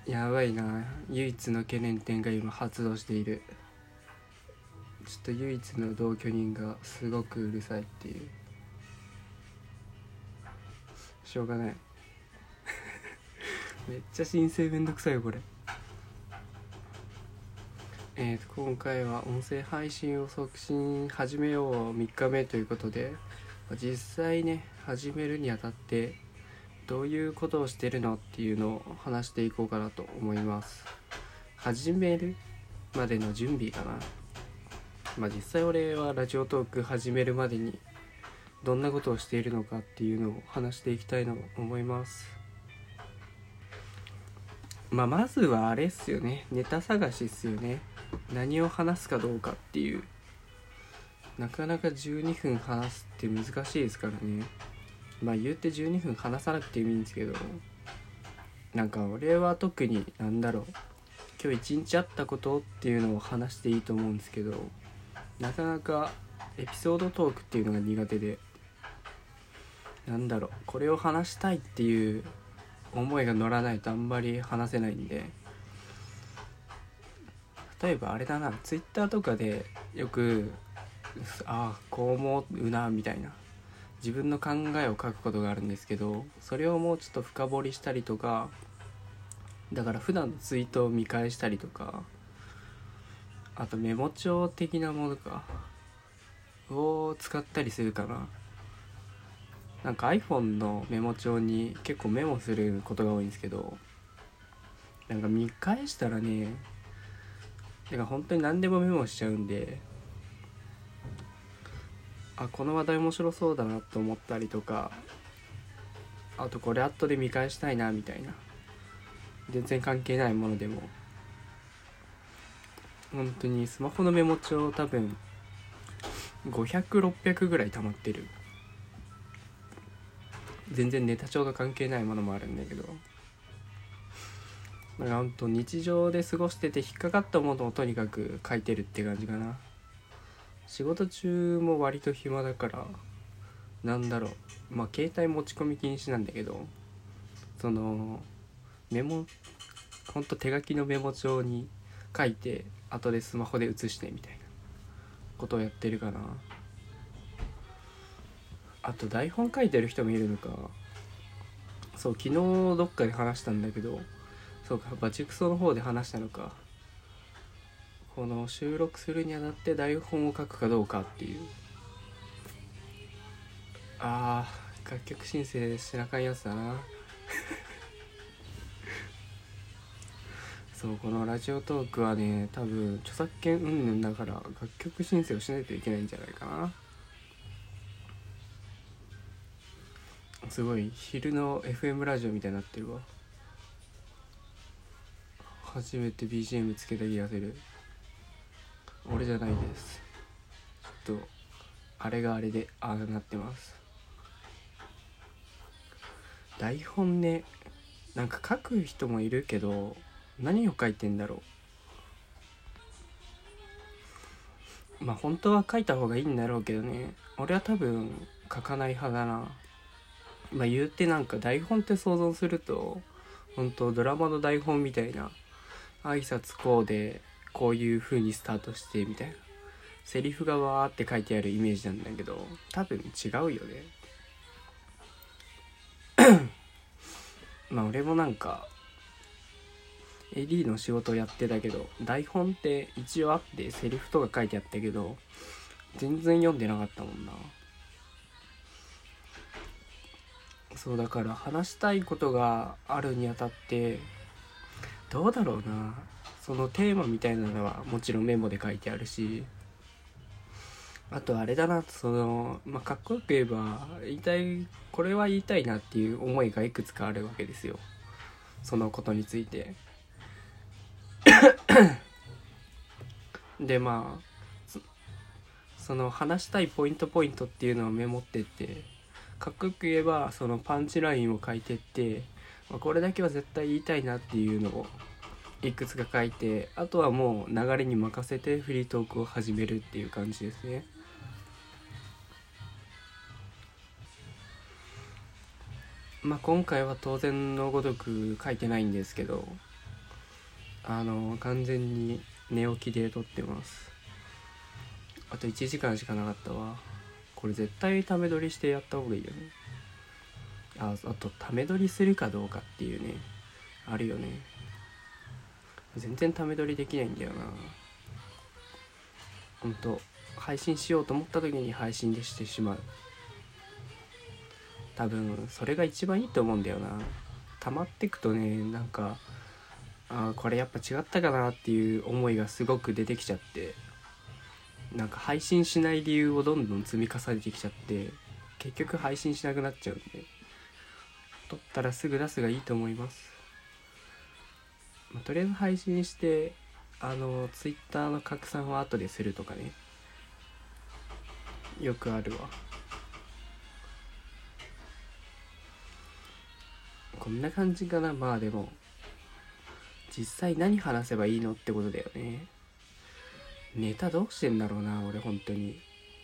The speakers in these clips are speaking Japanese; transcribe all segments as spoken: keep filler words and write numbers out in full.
やばいな、唯一の懸念点が今発動している。ちょっと唯一の同居人がすごくうるさいっていう。しょうがないめっちゃ申請めんどくさいよこれ。えーと今回は音声配信を促進始めようみっかめということで、実際ね始めるにあたってどういうことをしてるのっていうのを話していこうかなと思います。始めるまでの準備かな。まあ実際俺はラジオトーク始めるまでにどんなことをしているのかっていうのを話していきたいと思います。まあまずはあれっすよね、ネタ探しっすよね。何を話すかどうかっていう。なかなかじゅうにふん話すって難しいですからね。まあ言うてじゅうにふん話さなくてもいいんですけど、なんか俺は特になんだろう、今日一日あったことっていうのを話していいと思うんですけど、なかなかエピソードトークっていうのが苦手で、なんだろう、これを話したいっていう思いが乗らないとあんまり話せないんで、例えばあれだな、ツイッターとかでよくああこう思うなみたいな自分の考えを書くことがあるんですけど、それをもうちょっと深掘りしたりとか、だから普段のツイートを見返したりとか、あとメモ帳的なものかを使ったりするかな。なんか iPhone のメモ帳に結構メモすることが多いんですけど、なんか見返したらね、なんか本当に何でもメモしちゃうんで、あこの話題面白そうだなと思ったりとか、あとこれ後で見返したいなみたいな、全然関係ないものでも、本当にスマホのメモ帳多分ごひゃく、ろっぴゃくぐらい溜まってる。全然ネタ帳と関係ないものもあるんだけど、なんかほんと日常で過ごしてて引っかかったものをとにかく書いてるって感じかな。仕事中も割と暇だから、なんだろう、まあ携帯持ち込み禁止なんだけど、そのメモ、ほんと手書きのメモ帳に書いて後でスマホで写してみたいなことをやってるかな。あと台本書いてる人もいるのか。そう、昨日どっかで話したんだけど、そうか、バチクソの方で話したのか。この収録するにあたって台本を書くかどうかっていう。あー、楽曲申請しなあかんやつだなそう、このラジオトークはね、多分著作権云々だから楽曲申請をしないといけないんじゃないかな。すごい昼の エフエム ラジオみたいになってるわ。初めて ビージーエム つけた気がする。俺じゃないです。ちょっとあれがあれでああなってます。台本ね、なんか書く人もいるけど、何を書いてんだろう。まあ本当は書いた方がいいんだろうけどね、俺は多分書かない派だな。まあ言うてなんか台本って想像すると、本当ドラマの台本みたいな、挨拶こうでこういう風にスタートしてみたいな、セリフがわーって書いてあるイメージなんだけど、多分違うよねまあ俺もなんか エーディー の仕事をやってたけど、台本って一応あってセリフとか書いてあったけど、全然読んでなかったもんな。そうだから話したいことがあるにあたって、どうだろうな、そのテーマみたいなのはもちろんメモで書いてあるし、あとあれだな、そのまあかっこよく言えば言いたい、これは言いたいなっていう思いがいくつかあるわけですよ、そのことについてでまあ そ, その話したいポイントポイントっていうのをメモってって、かっこよく言えばそのパンチラインを書いてって、まあ、これだけは絶対言いたいなっていうのをいくつか書いて、あとはもう流れに任せてフリートークを始めるっていう感じですね。まあ今回は当然のごとく書いてないんですけど、 あの完全に寝起きで撮ってます。あといちじかんしかなかったわ。これ絶対ため撮りしてやった方がいいよね。ああとため撮りするかどうかっていうね、あるよね。全然ため撮りできないんだよな。ほんと配信しようと思った時に配信でしてしまう。多分それが一番いいと思うんだよな。溜まってくとね、なんかあこれやっぱ違ったかなっていう思いがすごく出てきちゃって、なんか配信しない理由をどんどん積み重ねてきちゃって、結局配信しなくなっちゃうんで、撮ったらすぐ出すがいいと思います。まあ、とりあえず配信してあのツイッターの拡散は後でするとかね、よくあるわ。こんな感じかな。まあでも実際何話せばいいのってことだよね。ネタどうしてんだろうな俺本当に。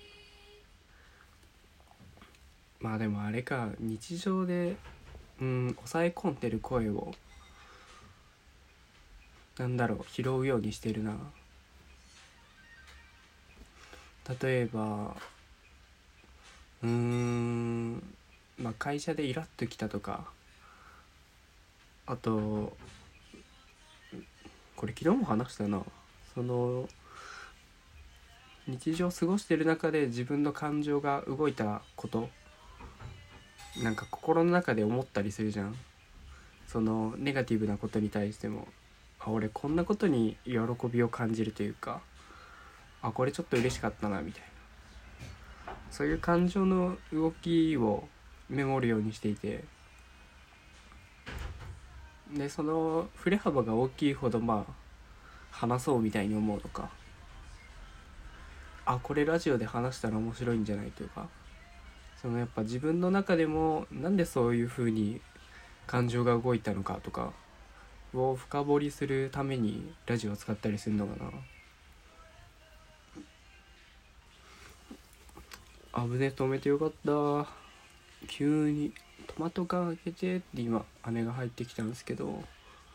まあでもあれか、日常でうん抑え込んでる声をなんだろう拾うようにしてるな。例えばうーんまあ会社でイラッときたとか、あとこれ昨日も話したな、その日常過ごしてる中で自分の感情が動いたこと、なんか心の中で思ったりするじゃん。そのネガティブなことに対しても、あ俺こんなことに喜びを感じるというか、あこれちょっと嬉しかったなみたいな、そういう感情の動きをメモるようにしていて、でその振れ幅が大きいほどまあ話そうみたいに思うのか、あこれラジオで話したら面白いんじゃないというか、そのやっぱ自分の中でもなんでそういう風に感情が動いたのかとかを深掘りするためにラジオを使ったりするのかな。あぶね止めてよかった。急にトマト缶開けてって今姉が入ってきたんですけど、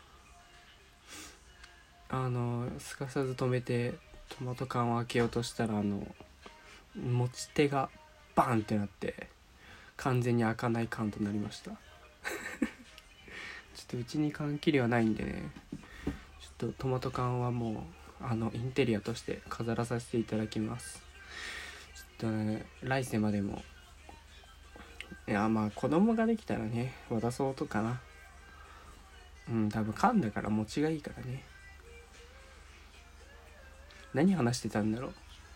あのすかさず止めてトマト缶を開けようとしたら、あの持ち手がバンってなって完全に開かない缶となりました。ちょっとうちに缶切りはないんでね、ちょっとトマト缶はもうあのインテリアとして飾らさせていただきます。ちょっとね来世までも、いやまあ子供ができたらね渡そうとかな。うん多分缶だから持ちがいいからね。何話してたんだろう。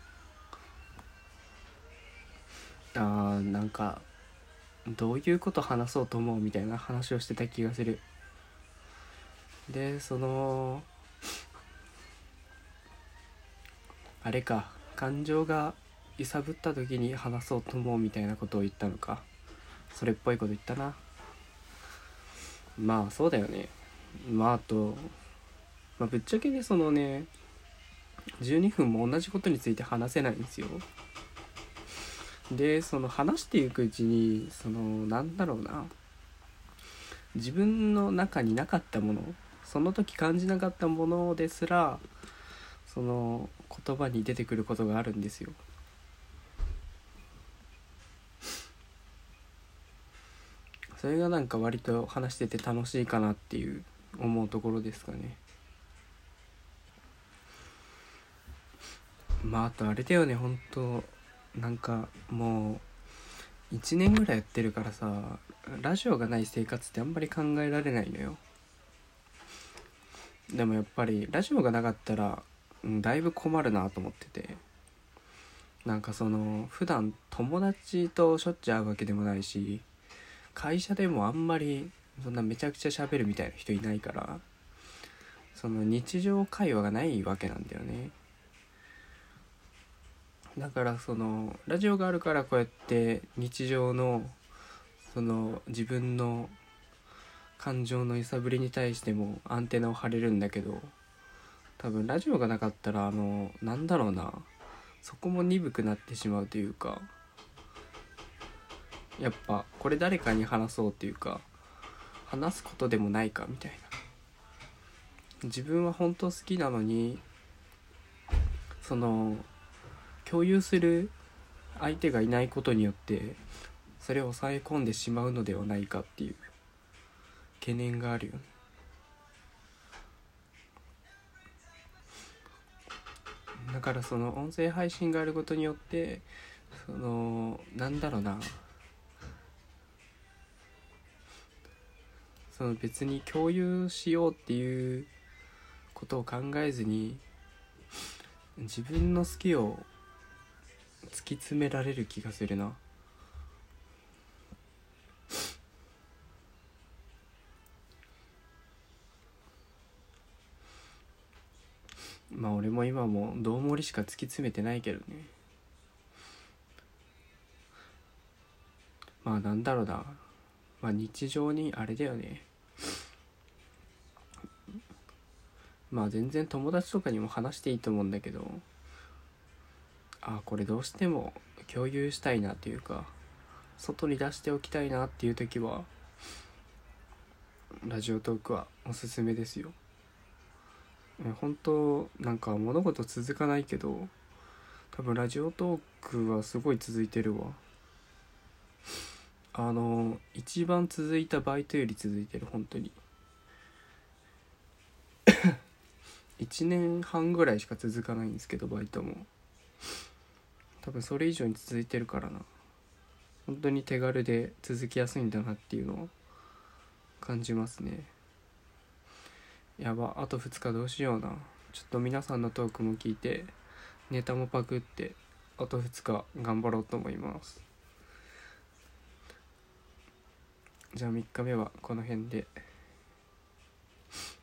あーなんかどういうこと話そうと思うみたいな話をしてた気がする。でそのあれか、感情が揺さぶった時に話そうと思うみたいなことを言ったのか。それっぽいこと言ったな。まあそうだよね。まああと、まあ、ぶっちゃけねそのねじゅうにふんも同じことについて話せないんですよ。でその話していくうちにそのなんだろうな、自分の中になかったもの、その時感じなかったものですらその言葉に出てくることがあるんですよ。それがなんか割と話してて楽しいかなっていう思うところですかね。まああとあれだよね、本当なんかもういちねんぐらいやってるからさ、ラジオがない生活ってあんまり考えられないのよ。でもやっぱりラジオがなかったら、うん、だいぶ困るなと思ってて、なんかその普段友達としょっちゅう会うわけでもないし、会社でもあんまりそんなめちゃくちゃ喋るみたいな人いないから、その日常会話がないわけなんだよね。だからそのラジオがあるからこうやって日常のその自分の感情の揺さぶりに対してもアンテナを張れるんだけど、多分ラジオがなかったらあのなんだろうな、そこも鈍くなってしまうというか、やっぱこれ誰かに話そうっていうか話すことでもないかみたいな自分は本当好きなのに、その共有する相手がいないことによってそれを抑え込んでしまうのではないかっていう懸念があるよね。だからその音声配信があることによって、そのなんだろうな、その別に共有しようっていうことを考えずに自分の好きを突き詰められる気がするな。まあ俺も今もどうもりしか突き詰めてないけどね。まあなんだろうな、まあ日常にあれだよね。まあ全然友達とかにも話していいと思うんだけど、あこれどうしても共有したいなっていうか外に出しておきたいなっていう時はラジオトークはおすすめですよ。本当なんか物事続かないけど多分ラジオトークはすごい続いてるわ。あの一番続いたバイトより続いてる本当にいちねんはんぐらいしか続かないんですけど、バイトも多分それ以上に続いてるからな。本当に手軽で続きやすいんだなっていうのを感じますね。やば、あとふつかどうしような。ちょっと皆さんのトークも聞いてネタもパクってあとふつか頑張ろうと思います。じゃあみっかめはこの辺で。